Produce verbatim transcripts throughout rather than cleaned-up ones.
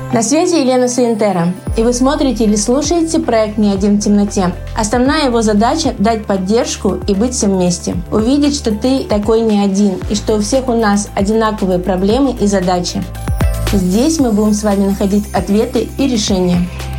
На связи Елена Саентера, и вы смотрите или слушаете проект «Не один в темноте». Основная его задача – дать поддержку и быть всем вместе. Увидеть, что ты такой не один, и что у всех у нас одинаковые проблемы и задачи. Здесь мы будем с вами находить ответы и решения.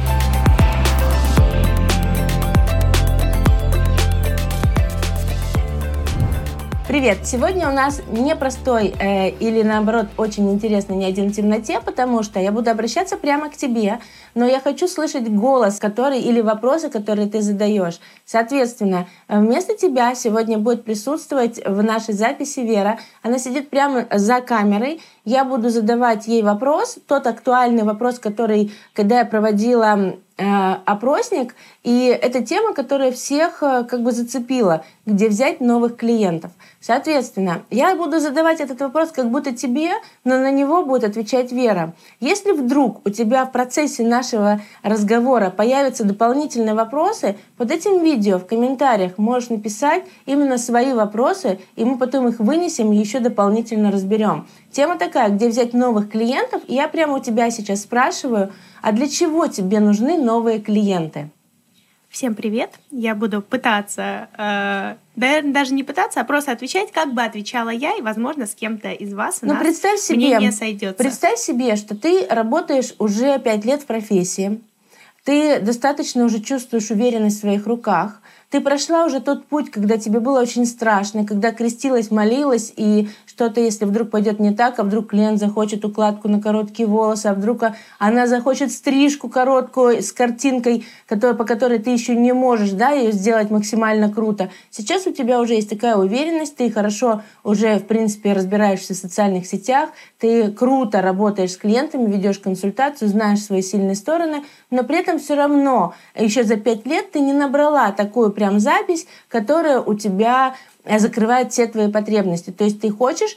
Привет! Сегодня у нас непростой э, или, наоборот, очень интересный «Не один в темноте», потому что я буду обращаться прямо к тебе, но я хочу слышать голос, который или вопросы, которые ты задаешь. Соответственно, вместо тебя сегодня будет присутствовать в нашей записи Вера. Она сидит прямо за камерой. Я буду задавать ей вопрос, тот актуальный вопрос, который, когда я проводила опросник, и это тема, которая всех как бы зацепила, где взять новых клиентов. Соответственно, я буду задавать этот вопрос как будто тебе, но на него будет отвечать Вера. Если вдруг у тебя в процессе нашего разговора появятся дополнительные вопросы, под этим видео в комментариях можешь написать именно свои вопросы, и мы потом их вынесем и еще дополнительно разберем. Тема такая, где взять новых клиентов, и я прямо у тебя сейчас спрашиваю, а для чего тебе нужны новые клиенты? Всем привет! Я буду пытаться, э, да, даже не пытаться, а просто отвечать, как бы отвечала я, и, возможно, с кем-то из вас у Но нас представь себе, мнение сойдется. Представь себе, что ты работаешь уже пять лет в профессии, ты достаточно уже чувствуешь уверенность в своих руках, ты прошла уже тот путь, когда тебе было очень страшно, когда крестилась, молилась, и что-то, если вдруг пойдет не так, а вдруг клиент захочет укладку на короткие волосы, а вдруг она захочет стрижку короткую с картинкой, которая, по которой ты еще не можешь, да, ее сделать максимально круто. Сейчас у тебя уже есть такая уверенность, ты хорошо уже, в принципе, разбираешься в социальных сетях, ты круто работаешь с клиентами, ведешь консультацию, знаешь свои сильные стороны, но при этом все равно еще за пять лет ты не набрала такую прям запись, которая у тебя закрывает все твои потребности. То есть ты хочешь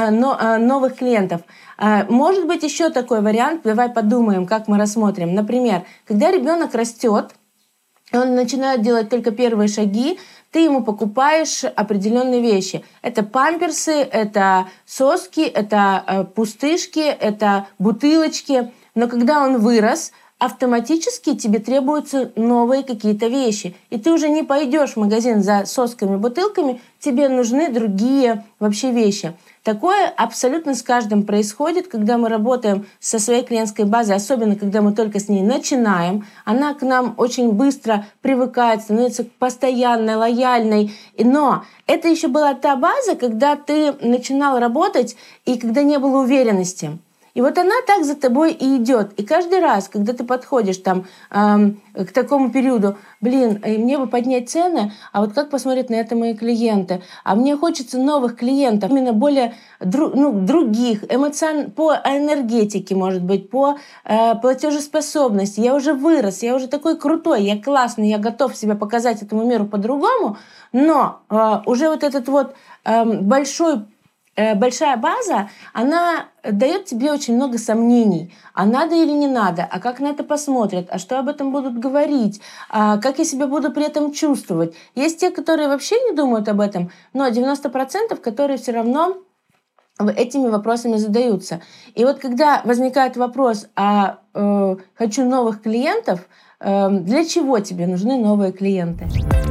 новых клиентов. Может быть еще такой вариант, давай подумаем, как мы рассмотрим. Например, когда ребенок растет, он начинает делать только первые шаги, ты ему покупаешь определенные вещи. Это памперсы, это соски, это пустышки, это бутылочки. Но когда он вырос, автоматически тебе требуются новые какие-то вещи. И ты уже не пойдешь в магазин за сосками, бутылками, тебе нужны другие вообще вещи. Такое абсолютно с каждым происходит, когда мы работаем со своей клиентской базой, особенно когда мы только с ней начинаем. Она к нам очень быстро привыкает, становится постоянной, лояльной. Но это еще была та база, когда ты начинал работать и когда не было уверенности. И вот она так за тобой и идет. И каждый раз, когда ты подходишь там, эм, к такому периоду, блин, мне бы поднять цены, а вот как посмотрят на это мои клиенты? А мне хочется новых клиентов, именно более дру, ну, других, эмоцион... по энергетике, может быть, по э, платежеспособности. Я уже вырос, я уже такой крутой, я классный, я готов себя показать этому миру по-другому, но э, уже вот этот вот э, большой большая база, она дает тебе очень много сомнений. А надо или не надо? А как на это посмотрят? А что об этом будут говорить? А как я себя буду при этом чувствовать? Есть те, которые вообще не думают об этом, но девяносто процентов, которые все равно этими вопросами задаются. И вот когда возникает вопрос, а э, хочу новых клиентов, э, для чего тебе нужны новые клиенты?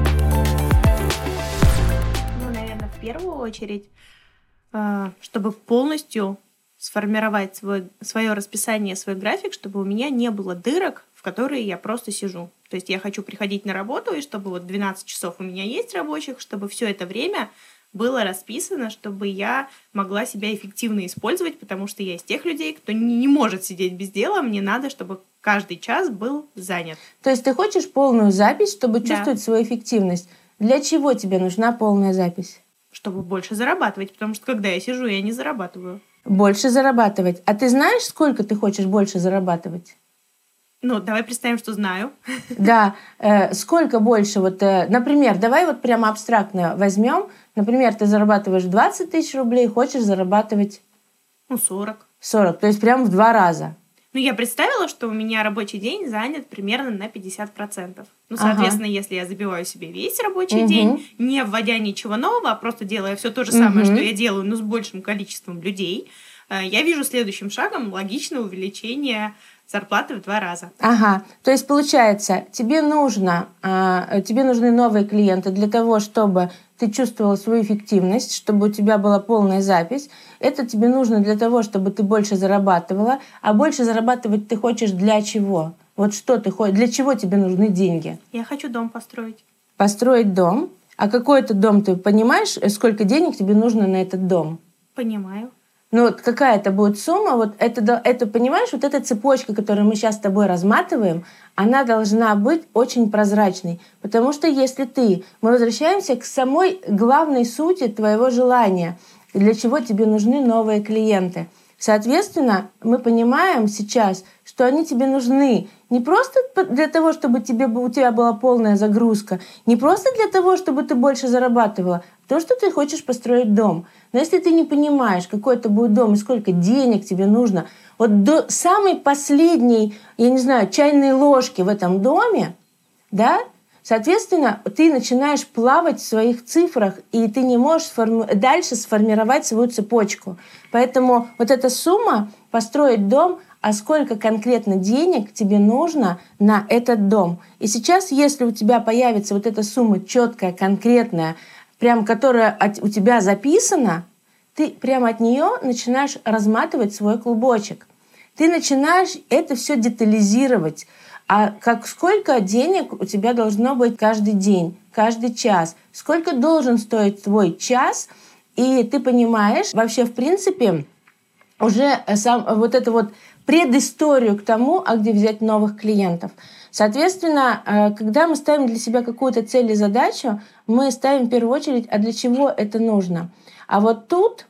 Ну, наверное, в первую очередь, чтобы полностью сформировать свой, свое расписание, свой график, чтобы у меня не было дырок, в которые я просто сижу. То есть я хочу приходить на работу, и чтобы вот двенадцать часов у меня есть рабочих, чтобы все это время было расписано, чтобы я могла себя эффективно использовать, потому что я из тех людей, кто не, не может сидеть без дела, мне надо, чтобы каждый час был занят. То есть ты хочешь полную запись, чтобы Да. чувствовать свою эффективность. Для чего тебе нужна полная запись? Чтобы больше зарабатывать, потому что когда я сижу, я не зарабатываю. Больше зарабатывать. А ты знаешь, сколько ты хочешь больше зарабатывать? Ну, давай представим, что знаю. Да. Э, сколько больше? Вот, э, например, давай вот прямо абстрактно возьмем. Например, ты зарабатываешь двадцать тысяч рублей, хочешь зарабатывать... Ну, сорок. сорок, то есть прям в два раза. Ну, я представила, что у меня рабочий день занят примерно на пятьдесят процентов. Ну, соответственно, ага. если я забиваю себе весь рабочий угу. день, не вводя ничего нового, а просто делая все то же самое, угу. что я делаю, но с большим количеством людей, я вижу следующим шагом логичное увеличение зарплаты в два раза. Ага, то есть получается, тебе нужно, э, тебе нужны новые клиенты для того, чтобы ты чувствовала свою эффективность, чтобы у тебя была полная запись. Это тебе нужно для того, чтобы ты больше зарабатывала. А больше зарабатывать ты хочешь для чего? Вот что ты хочешь? Для чего тебе нужны деньги? Я хочу дом построить. Построить дом? А какой это дом? Ты понимаешь, сколько денег тебе нужно на этот дом? Понимаю. Ну вот какая это будет сумма, вот это, это, понимаешь, вот эта цепочка, которую мы сейчас с тобой разматываем, она должна быть очень прозрачной. Потому что если ты, мы возвращаемся к самой главной сути твоего желания, для чего тебе нужны новые клиенты. Соответственно, мы понимаем сейчас, что они тебе нужны не просто для того, чтобы тебе, у тебя была полная загрузка, не просто для того, чтобы ты больше зарабатывала, а то, что ты хочешь построить дом. Но если ты не понимаешь, какой это будет дом и сколько денег тебе нужно, вот до самой последней, я не знаю, чайной ложки в этом доме, да, соответственно, ты начинаешь плавать в своих цифрах, и ты не можешь сформи- дальше сформировать свою цепочку. Поэтому вот эта сумма построить дом, а сколько конкретно денег тебе нужно на этот дом. И сейчас, если у тебя появится вот эта сумма четкая, конкретная, прям которая у тебя записана, ты прямо от нее начинаешь разматывать свой клубочек. Ты начинаешь это все детализировать. А как, сколько денег у тебя должно быть каждый день, каждый час? Сколько должен стоить твой час? И ты понимаешь вообще, в принципе, уже сам, вот эту вот предысторию к тому, а где взять новых клиентов. Соответственно, когда мы ставим для себя какую-то цель и задачу, мы ставим в первую очередь, а для чего это нужно. А вот тут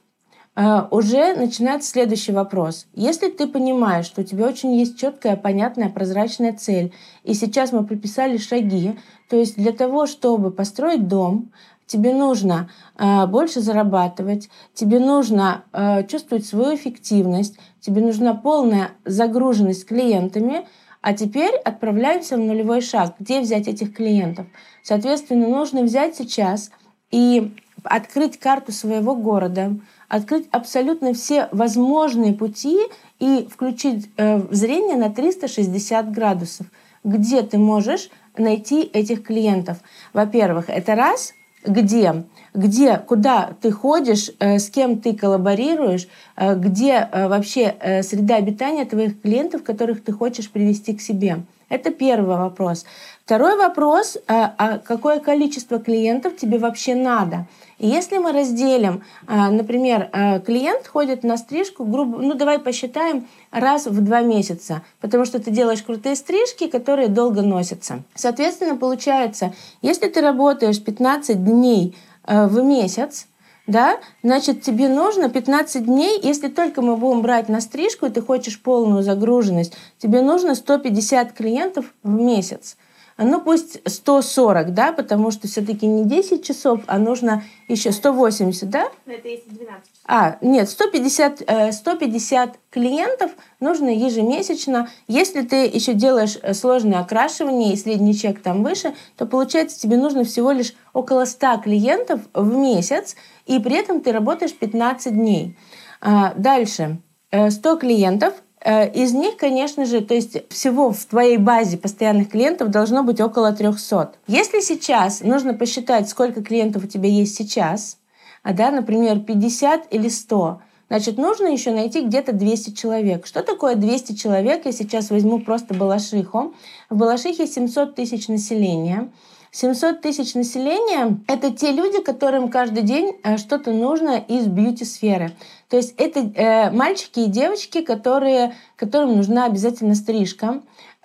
уже начинается следующий вопрос. Если ты понимаешь, что у тебя очень есть четкая, понятная, прозрачная цель, и сейчас мы прописали шаги, то есть для того, чтобы построить дом, тебе нужно э, больше зарабатывать, тебе нужно э, чувствовать свою эффективность, тебе нужна полная загруженность клиентами, а теперь отправляемся в нулевой шаг. Где взять этих клиентов? Соответственно, нужно взять сейчас и открыть карту своего города, открыть абсолютно все возможные пути и включить э, зрение на триста шестьдесят градусов. Где ты можешь найти этих клиентов? Во-первых, это раз. Где? Где, куда ты ходишь, э, с кем ты коллаборируешь, э, где э, вообще э, среда обитания твоих клиентов, которых ты хочешь привести к себе. Это первый вопрос. Второй вопрос, а какое количество клиентов тебе вообще надо? И если мы разделим, например, клиент ходит на стрижку, грубо, ну давай посчитаем, раз в два месяца, потому что ты делаешь крутые стрижки, которые долго носятся. Соответственно, получается, если ты работаешь пятнадцать дней в месяц, да, значит, тебе нужно пятнадцать дней, если только мы будем брать на стрижку, и ты хочешь полную загруженность, тебе нужно сто пятьдесят клиентов в месяц. Ну, пусть сто сорок, да, потому что все-таки не десять часов, а нужно еще сто восемьдесят, да? Но это если двенадцать часов. А, нет, сто пятьдесят, сто пятьдесят клиентов нужно ежемесячно. Если ты еще делаешь сложное окрашивание и средний чек там выше, то получается тебе нужно всего лишь около ста клиентов в месяц, и при этом ты работаешь пятнадцать дней. Дальше, сто клиентов. Из них, конечно же, то есть всего в твоей базе постоянных клиентов должно быть около трехсот. Если сейчас нужно посчитать, сколько клиентов у тебя есть сейчас, да, например, пятьдесят или сто, значит, нужно еще найти где-то двести человек. Что такое двести человек? Я сейчас возьму просто Балашиху. В Балашихе семьсот тысяч населения. семьсот тысяч населения — это те люди, которым каждый день что-то нужно из бьюти-сферы. То есть это э, мальчики и девочки, которые, которым нужна обязательно стрижка.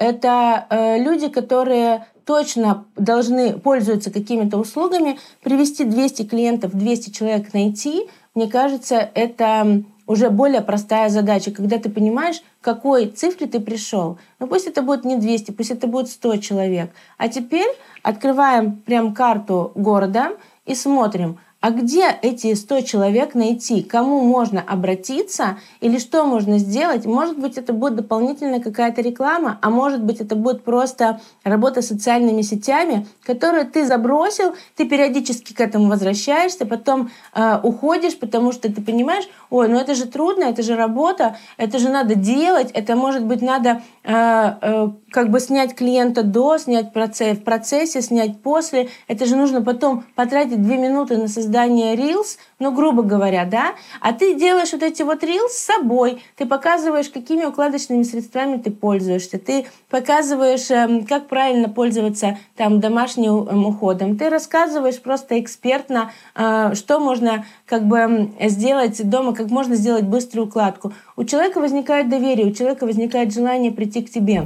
Это э, люди, которые точно должны пользоваться какими-то услугами. Привести двести клиентов, двести человек найти, мне кажется, это уже более простая задача, когда ты понимаешь, к какой цифре ты пришел. Ну пусть это будет не двести, пусть это будет сто человек. А теперь открываем прям карту города и смотрим, а где эти сто человек найти, кому можно обратиться или что можно сделать. Может быть, это будет дополнительная какая-то реклама, а может быть, это будет просто работа с социальными сетями, которую ты забросил, ты периодически к этому возвращаешься, потом э, уходишь, потому что ты понимаешь, ой, ну это же трудно, это же работа, это же надо делать, это, может быть, надо э, э, как бы снять клиента до, снять процесс, в процессе, снять после, это же нужно потом потратить две минуты на создание Reels, ну, грубо говоря, да, а ты делаешь вот эти вот Reels с собой, ты показываешь, какими укладочными средствами ты пользуешься, ты показываешь, как правильно пользоваться там домашним уходом, ты рассказываешь просто экспертно, что можно как бы сделать дома, как можно сделать быструю укладку. У человека возникает доверие, у человека возникает желание прийти к тебе.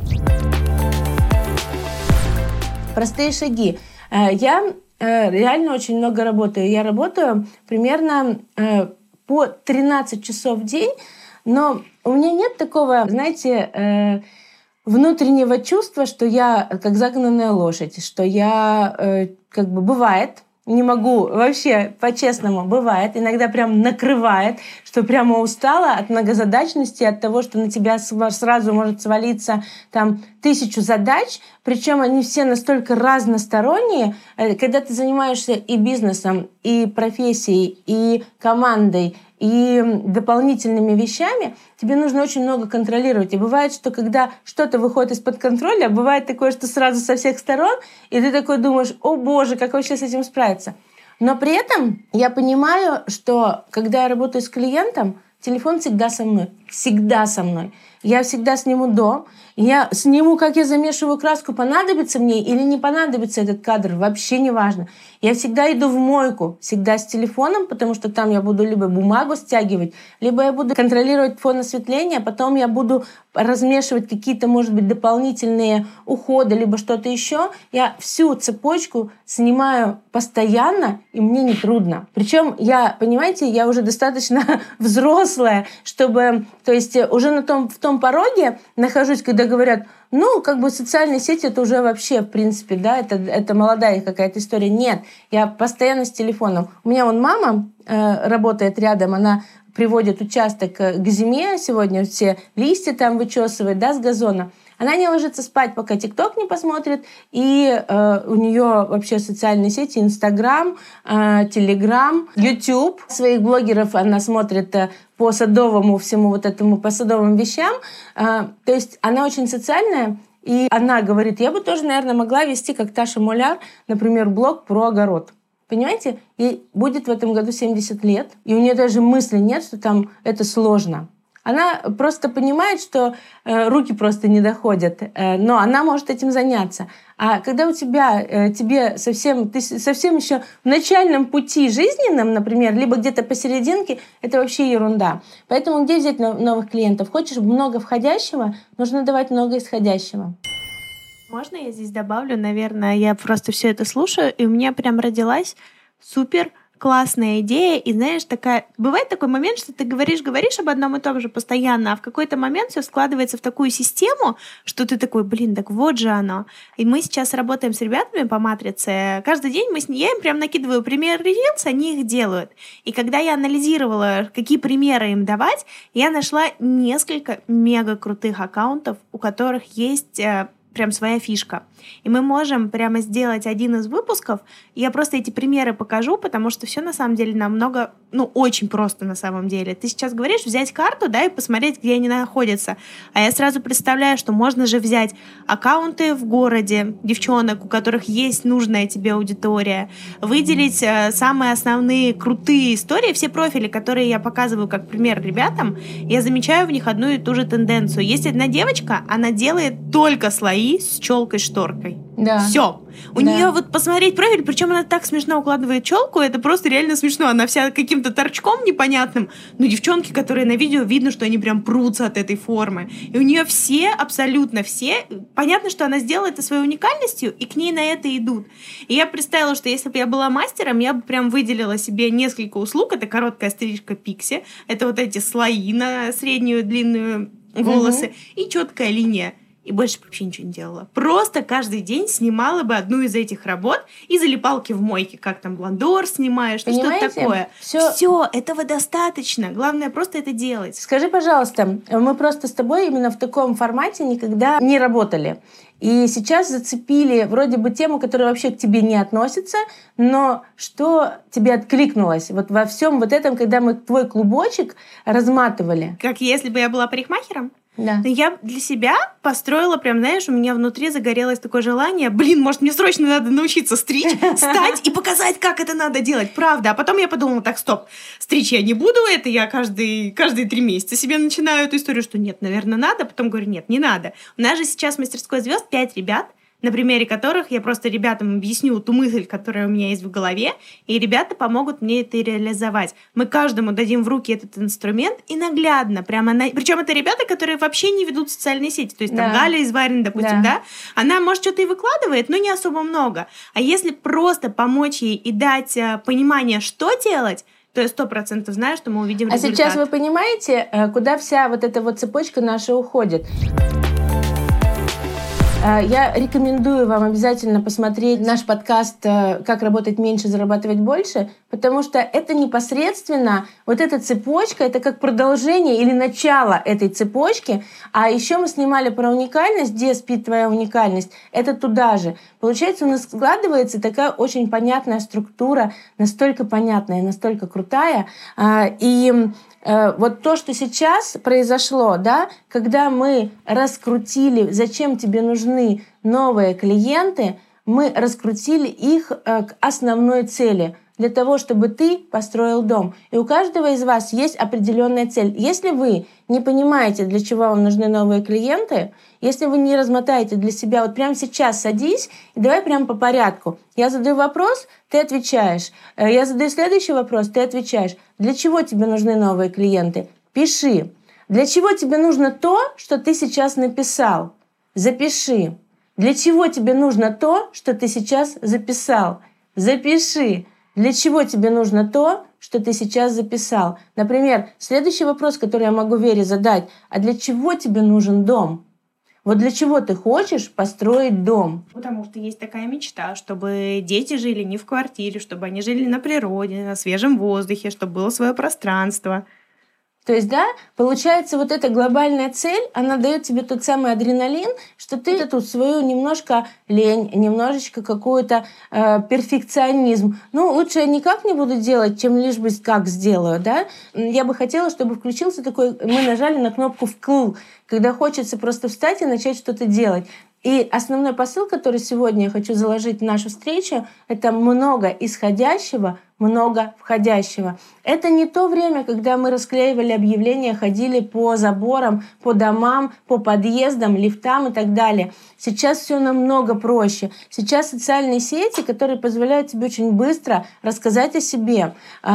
Простые шаги. Я реально очень много работаю. Я работаю примерно по тринадцать часов в день, но у меня нет такого, знаете, внутреннего чувства, что я как загнанная лошадь, что я, как бы, бывает, не могу вообще, по-честному, бывает, иногда прям накрывает, что прямо устала от многозадачности, от того, что на тебя сразу может свалиться там тысячу задач, причем они все настолько разносторонние, когда ты занимаешься и бизнесом, и профессией, и командой, и дополнительными вещами, тебе нужно очень много контролировать. И бывает, что когда что-то выходит из-под контроля, бывает такое, что сразу со всех сторон, и ты такой думаешь, о боже, как вообще с этим справиться? Но при этом я понимаю, что когда я работаю с клиентом, телефон всегда со мной. Всегда со мной. Я всегда сниму до. Я сниму, как я замешиваю краску, понадобится мне или не понадобится этот кадр, вообще не важно. Я всегда иду в мойку, всегда с телефоном, потому что там я буду либо бумагу стягивать, либо я буду контролировать фон осветления, потом я буду размешивать какие-то, может быть, дополнительные уходы, либо что-то еще. Я всю цепочку снимаю постоянно, и мне не трудно. Причем я, понимаете, я уже достаточно взрослая, чтобы, то есть уже на том, в том пороге нахожусь, когда говорят, ну, как бы социальные сети, это уже вообще, в принципе, да, это, это молодая какая-то история. Нет, я постоянно с телефоном. У меня вон мама э, работает рядом, она приводит участок к зиме, сегодня все листья там вычесывает, да, с газона. Она не ложится спать, пока ТикТок не посмотрит, и э, у нее вообще социальные сети, Инстаграм, э, Телеграм, Ютуб. Своих блогеров она смотрит э, по садовому всему вот этому, по садовым вещам. Э, то есть она очень социальная, и она говорит, я бы тоже, наверное, могла вести, как Таша Моляр, например, блог про огород. Понимаете? Ей будет в этом году семьдесят лет, и у нее даже мысли нет, что там это сложно. Она просто понимает, что э, руки просто не доходят, э, но она может этим заняться. А когда у тебя, э, тебе совсем, ты совсем еще в начальном пути жизненном, например, либо где-то посерединке, это вообще ерунда. Поэтому где взять новых клиентов? Хочешь много входящего, нужно давать много исходящего. Можно я здесь добавлю? Наверное, я просто все это слушаю, и у меня прям родилась супер классная идея, и знаешь, такая... Бывает такой момент, что ты говоришь, говоришь об одном и том же постоянно, а в какой-то момент все складывается в такую систему, что ты такой, блин, так вот же оно. И мы сейчас работаем с ребятами по матрице. Каждый день мы с ней, я им прям накидываю примеры Reels, они их делают. И когда я анализировала, какие примеры им давать, я нашла несколько мега крутых аккаунтов, у которых есть... прям своя фишка. И мы можем прямо сделать один из выпусков. Я просто эти примеры покажу, потому что все на самом деле намного, ну, очень просто на самом деле. Ты сейчас говоришь взять карту, да, и посмотреть, где они находятся. А я сразу представляю, что можно же взять аккаунты в городе, девчонок, у которых есть нужная тебе аудитория, выделить э, самые основные крутые истории, все профили, которые я показываю как пример ребятам, я замечаю в них одну и ту же тенденцию. Есть одна девочка, она делает только слои с челкой-шторкой. Да. Все. У да. нее вот посмотреть профиль, причем она так смешно укладывает челку, это просто реально смешно. Она вся каким-то торчком непонятным. Но девчонки, которые на видео, видно, что они прям прутся от этой формы. И у нее все, абсолютно все, понятно, что она сделала это своей уникальностью, и к ней на это идут. И я представила, что если бы я была мастером, я бы прям выделила себе несколько услуг. Это короткая стрижка пикси, это вот эти слои на среднюю длинную волосы, угу. и четкая линия. и больше вообще ничего не делала. Просто каждый день снимала бы одну из этих работ и залипалки в мойке, как там блондор снимаешь, ну что-то такое. Все... Все, этого достаточно. Главное просто это делать. Скажи, пожалуйста, мы просто с тобой именно в таком формате никогда не работали. И сейчас зацепили вроде бы тему, которая вообще к тебе не относится, но что тебе откликнулось вот во всем вот этом, когда мы твой клубочек разматывали? Как если бы я была парикмахером? Да. Я для себя построила, прям, знаешь, у меня внутри загорелось такое желание, блин, может, мне срочно надо научиться стричь, встать и показать, как это надо делать, правда. А потом я подумала, так, стоп, стричь я не буду, это я каждый, каждые три месяца себе начинаю эту историю, что нет, наверное, надо, потом говорю, нет, не надо. У нас же сейчас в мастерской звезд пять ребят, на примере которых я просто ребятам объясню ту мысль, которая у меня есть в голове, и ребята помогут мне это реализовать. Мы каждому дадим в руки этот инструмент и наглядно, прямо на... Причем это ребята, которые вообще не ведут социальные сети. То есть там да. Галя из Варин, допустим, да. да, она, может, что-то и выкладывает, но не особо много. А если просто помочь ей и дать понимание, что делать, то я сто процентов знаю, что мы увидим результат. А сейчас вы понимаете, куда вся вот эта вот цепочка наша уходит? Я рекомендую вам обязательно посмотреть наш подкаст «Как работать меньше, зарабатывать больше», потому что это непосредственно вот эта цепочка, это как продолжение или начало этой цепочки. А еще мы снимали про уникальность, где спит твоя уникальность, это туда же. Получается, у нас складывается такая очень понятная структура, настолько понятная, настолько крутая. И вот то, что сейчас произошло, да, когда мы раскрутили, зачем тебе нужны новые клиенты, мы раскрутили их к основной цели, для того, чтобы ты построил дом. И у каждого из вас есть определенная цель. Если вы не понимаете, для чего вам нужны новые клиенты, если вы не размотаете для себя, вот прямо сейчас садись и давай прямо по порядку. Я задаю вопрос, ты отвечаешь. Я задаю следующий вопрос, ты отвечаешь. Для чего тебе нужны новые клиенты? Пиши. Для чего тебе нужно то, что ты сейчас написал? Запиши. Для чего тебе нужно то, что ты сейчас записал? Запиши. Для чего тебе нужно то, что ты сейчас записал? Например, следующий вопрос, который я могу Вере задать. А для чего тебе нужен дом? Вот для чего ты хочешь построить дом? Потому что есть такая мечта, чтобы дети жили не в квартире, чтобы они жили на природе, на свежем воздухе, чтобы было свое пространство. То есть, да, получается, вот эта глобальная цель, она дает тебе тот самый адреналин, что ты эту свою немножко лень, немножечко какой-то э, перфекционизм. Ну, лучше я никак не буду делать, чем лишь бы как сделаю, да. Я бы хотела, чтобы включился такой, мы нажали на кнопку «вкл», когда хочется просто встать и начать что-то делать. И основной посыл, который сегодня я хочу заложить в нашу встречу, это много исходящего, много входящего. Это не то время, когда мы расклеивали объявления, ходили по заборам, по домам, по подъездам, лифтам и так далее. Сейчас все намного проще. Сейчас социальные сети, которые позволяют тебе очень быстро рассказать о себе.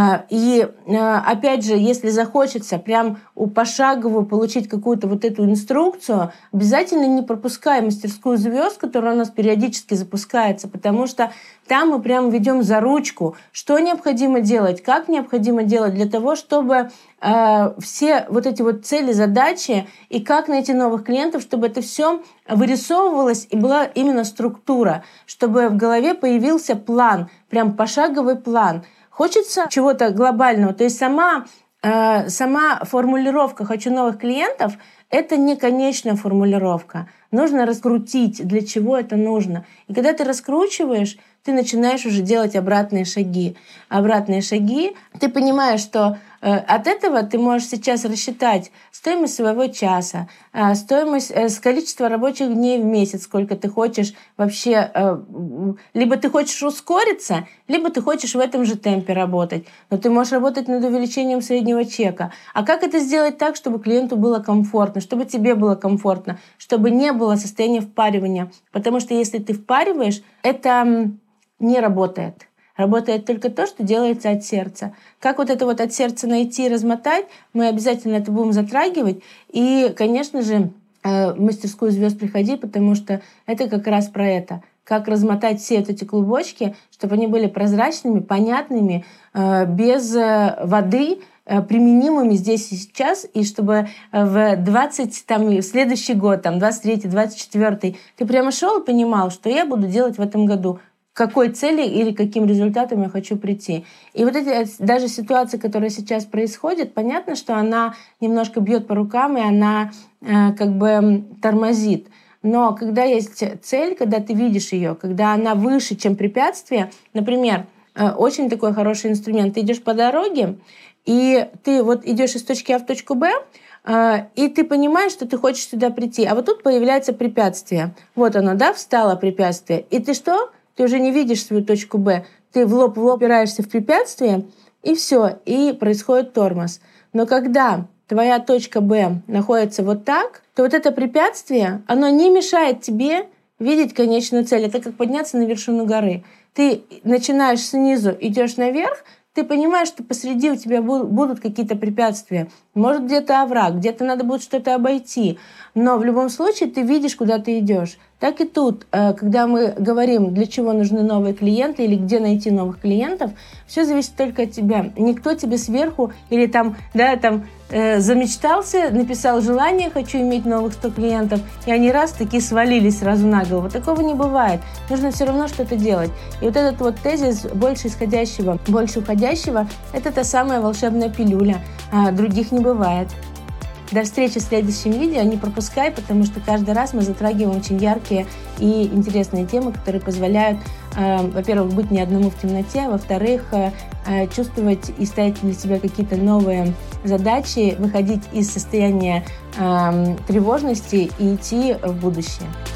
И опять же, если захочется прям пошагово получить какую-то вот эту инструкцию, обязательно не пропускай мастерскую звезд, которая у нас периодически запускается, потому что там мы прям ведем за ручку, что необходимо делать, как необходимо делать для того, чтобы э, все вот эти вот цели, задачи и как найти новых клиентов, чтобы это все вырисовывалось и была именно структура, чтобы в голове появился план, прям пошаговый план. Хочется чего-то глобального, то есть сама, э, сама формулировка «хочу новых клиентов» — это не конечная формулировка. Нужно раскрутить, для чего это нужно. И когда ты раскручиваешь, ты начинаешь уже делать обратные шаги. Обратные шаги. Ты понимаешь, что э, от этого ты можешь сейчас рассчитать стоимость своего часа, э, стоимость, э, количество рабочих дней в месяц, сколько ты хочешь вообще. Э, либо ты хочешь ускориться, либо ты хочешь в этом же темпе работать. Но ты можешь работать над увеличением среднего чека. А как это сделать так, чтобы клиенту было комфортно, чтобы тебе было комфортно, чтобы не было состояния впаривания? Потому что если ты впариваешь, это не работает. Работает только то, что делается от сердца. Как вот это вот от сердца найти и размотать, мы обязательно это будем затрагивать. И, конечно же, в мастерскую звезд приходи, потому что это как раз про это. как размотать все вот эти клубочки, чтобы они были прозрачными, понятными, без воды, применимыми здесь и сейчас, и чтобы в двадцать, там, в следующий год, там, двадцать третий, двадцать четвёртый, ты прямо шел и понимал, что я буду делать в этом году, к какой цели или каким результатам я хочу прийти. И вот эти даже ситуации, которые сейчас происходят, понятно, что она немножко бьет по рукам, и она э, как бы тормозит. Но когда есть цель, когда ты видишь ее, когда она выше, чем препятствие, например, э, очень такой хороший инструмент, ты идешь по дороге, и ты вот идешь из точки А в точку Б, э, и ты понимаешь, что ты хочешь сюда прийти, а вот тут появляется препятствие. Вот оно, да, встало препятствие. И ты что? Ты уже не видишь свою точку Б, ты в лоб в лоб упираешься в препятствие, и все, и происходит тормоз. Но когда твоя точка Б находится вот так, то вот это препятствие, оно не мешает тебе видеть конечную цель. Это как подняться на вершину горы. Ты начинаешь снизу, идешь наверх, ты понимаешь, что посреди у тебя будут какие-то препятствия. Может, где-то овраг, где-то надо будет что-то обойти. Но в любом случае ты видишь, куда ты идешь. Так и тут, когда мы говорим, для чего нужны новые клиенты или где найти новых клиентов, все зависит только от тебя. Никто тебе сверху или там, да, там э, замечтался, написал желание, хочу иметь новых сто клиентов, и они раз такие свалились сразу на голову. Такого не бывает. Нужно все равно что-то делать. И вот этот вот тезис больше исходящего, больше уходящего, это та самая волшебная пилюля. А других не бывает. До встречи в следующем видео. Не пропускай, потому что каждый раз мы затрагиваем очень яркие и интересные темы, которые позволяют, э, во-первых, быть не одному в темноте, а во-вторых, э, чувствовать и ставить для себя какие-то новые задачи, выходить из состояния э, тревожности и идти в будущее.